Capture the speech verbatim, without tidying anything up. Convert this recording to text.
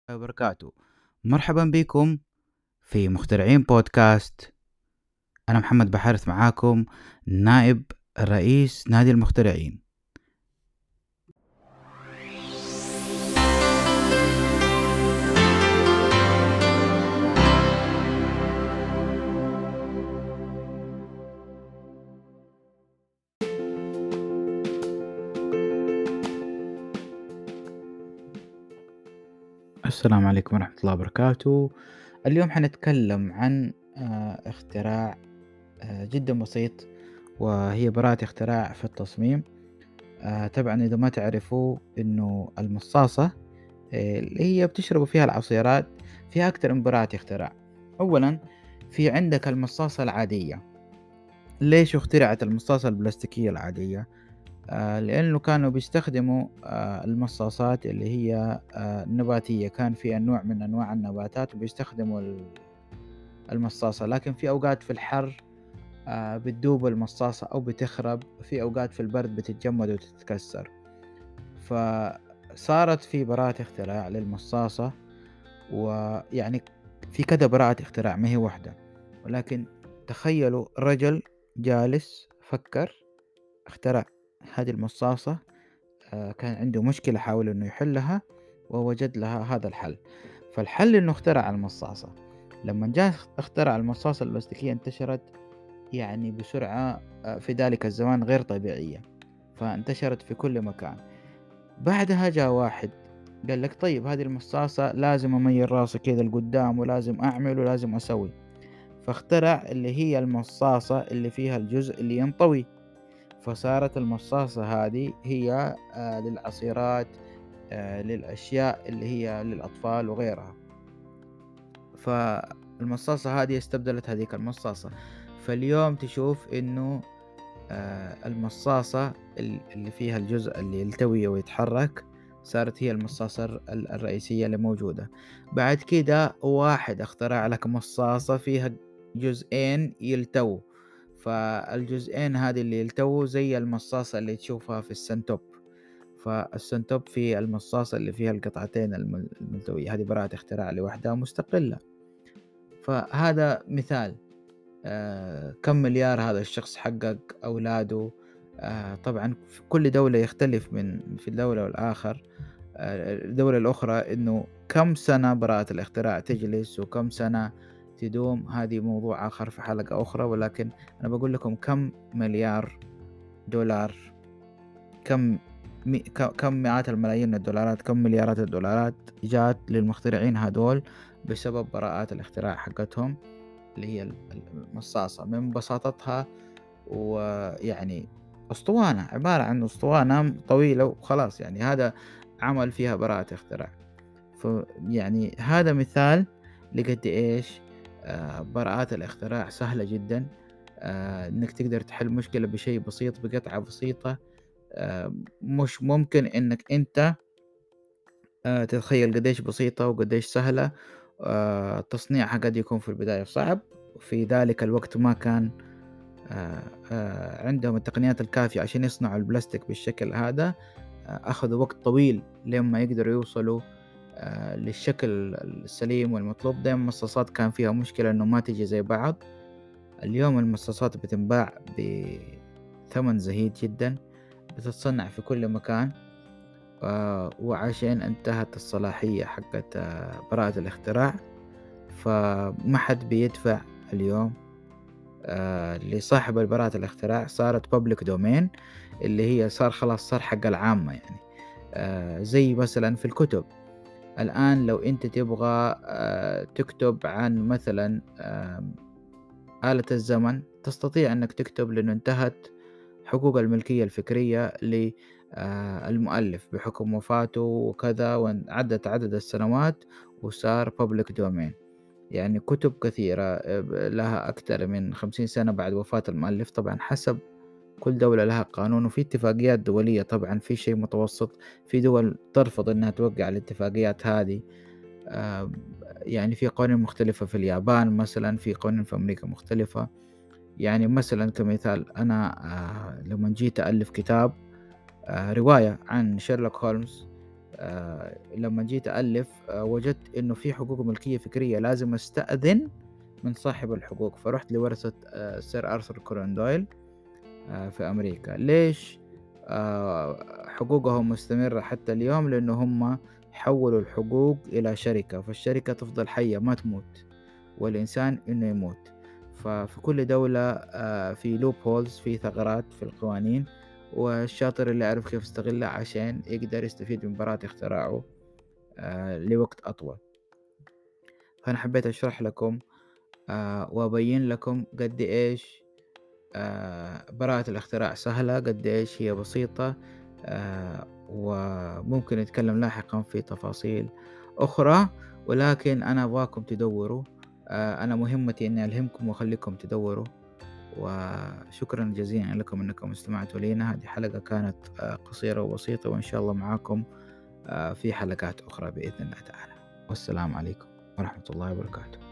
وبركاته. مرحبا بكم في مخترعين بودكاست. أنا محمد بحارث معاكم، نائب رئيس نادي المخترعين. السلام عليكم ورحمة الله وبركاته. اليوم حنتكلم عن آه، اختراع آه، جدا بسيط، وهي براءة اختراع في التصميم. آه، طبعا إذا ما تعرفوا إنه المصاصة آه، اللي هي بتشربوا فيها العصيرات فيها أكثر من براءة اختراع. أولا في عندك المصاصة العادية. ليش اخترعت المصاصة البلاستيكية العادية؟ آه لأنه كانوا بيستخدموا آه المصاصات اللي هي آه نباتية، كان في نوع من أنواع النباتات وبيستخدموا المصاصة، لكن في أوقات في الحر آه بتدوب المصاصة أو بتخرب، في أوقات في البرد بتتجمد وتتكسر. فصارت في براءة اختراع للمصاصة، ويعني في كذا براءة اختراع ما هي واحدة، ولكن تخيلوا رجل جالس فكر اخترع هذه المصاصة. آه، كان عنده مشكلة حاول إنه يحلها ووجد لها هذا الحل. فالحل إنه اخترع المصاصة. لما جاء اخترع المصاصة البلاستيكية انتشرت يعني بسرعة آه، في ذلك الزمان غير طبيعية، فانتشرت في كل مكان. بعدها جاء واحد قال لك طيب هذه المصاصة لازم أميل راسي كذا لقدام، ولازم أعمل ولازم أسوي. فاخترع اللي هي المصاصة اللي فيها الجزء اللي ينطوي. فصارت المصاصة هذه هي آه، للعصيرات، آه، للأشياء اللي هي للأطفال وغيرها. فالمصاصة هذه استبدلت هذيك المصاصة. فاليوم تشوف إنه آه، المصاصة اللي فيها الجزء اللي يلتوي ويتحرك صارت هي المصاصة ال- الرئيسية اللي موجودة. بعد كده واحد اخترع لك مصاصة فيها جزئين يلتووا. فالجزئين هذه اللي يلتووا زي المصاصة اللي تشوفها في السنتوب. فالسنتوب في المصاصة اللي فيها القطعتين الم- الملتوية، هذه براءة اختراع لوحدها مستقلة. فهذا مثال. آه كم مليار هذا الشخص حقق أولاده. آه طبعا في كل دولة يختلف من في الدولة والآخر آه الدولة الأخرى إنه كم سنة براءة الاختراع تجلس وكم سنة تدوم، هذه موضوع آخر في حلقة أخرى، ولكن أنا بقول لكم كم مليار دولار، كم مي كم مئات الملايين من الدولارات، كم مليارات الدولارات جات للمخترعين هذول بسبب براءات الاختراع حقتهم اللي هي المصاصة. من بساطتها ويعني أسطوانة، عبارة عن أسطوانة طويلة وخلاص، يعني هذا عمل فيها براءة اختراع. فيعني هذا مثال لقد إيش آه براءات الاختراع سهلة جدا. آه إنك تقدر تحل مشكلة بشيء بسيط بقطعة بسيطة. آه مش ممكن إنك أنت آه تتخيل قديش بسيطة وقديش سهلة. آه تصنيعها قد يكون في البداية صعب، وفي ذلك الوقت ما كان آه آه عندهم التقنيات الكافية عشان يصنعوا البلاستيك بالشكل هذا. آه أخذوا وقت طويل لما يقدروا يوصلوا آه للشكل السليم والمطلوب. دائما المصاصات كان فيها مشكلة إنه ما تجي زي بعض. اليوم المصاصات بتنباع بثمن زهيد جدا، بتتصنع في كل مكان. آه وعشان انتهت الصلاحية حقت آه براءة الاختراع، فما حد بيدفع اليوم آه لصاحب براءة الاختراع. صارت public domain اللي هي صار خلاص صار حق العامة يعني. آه زي مثلا في الكتب الآن، لو أنت تبغى آه تكتب عن مثلا آه آلة الزمن، تستطيع أنك تكتب لأنه انتهت حقوق الملكية الفكرية للمؤلف بحكم وفاته وكذا، وعدت عدد السنوات وصار public domain. يعني كتب كثيرة لها أكثر من خمسين سنة بعد وفاة المؤلف، طبعا حسب كل دولة لها قانون وفي اتفاقيات دولية. طبعا في شيء متوسط، في دول ترفض أنها توقع الاتفاقيات هذه. آه، يعني في قوانين مختلفة في اليابان مثلا، في قوانين في أمريكا مختلفة. يعني مثلا كمثال أنا آه، لما جيت ألف كتاب آه، رواية عن شيرلوك هولمز، آآ لمّا جيت أألِّف آآ وجدت إنه في حقوق ملكية فكرية لازم أستأذن من صاحب الحقوق، فرُحت لورثة آآ سير آرثر كونان دويل آآ في أمريكا. ليش آآ حقوقهم مستمرة حتى اليوم؟ لإنه هم حوّلوا الحقوق إلى شركة، فالشركة تفضل حيّة ما تموت، والإنسان إنه يموت. ففي كل دولة آآ في loopholes، في ثغرات في القوانين، والشاطر اللي يعرف كيف يستغلها عشان يقدر يستفيد من براءة اختراعه آآ لوقت أطول. فأنا حبيت أشرح لكم آآ وأبيّن لكم قد إيش آآ براءة الاختراع سهلة، قد إيش هي بسيطة. آآ وممكن نتكلم لاحقًا في تفاصيل أخرى، ولكن أنا أبغاكم تدوّروا. آآ أنا مهمتي إني ألهمكم وأخليكم تدوّروا، وشكرًا جزيلًا لكم إنكم استمعتوا لينا. هذه حلقة كانت آآ قصيرة وبسيطة، وإن شاء الله معاكم آآ في حلقات أخرى بإذن الله تعالى. والسلام عليكم ورحمة الله وبركاته.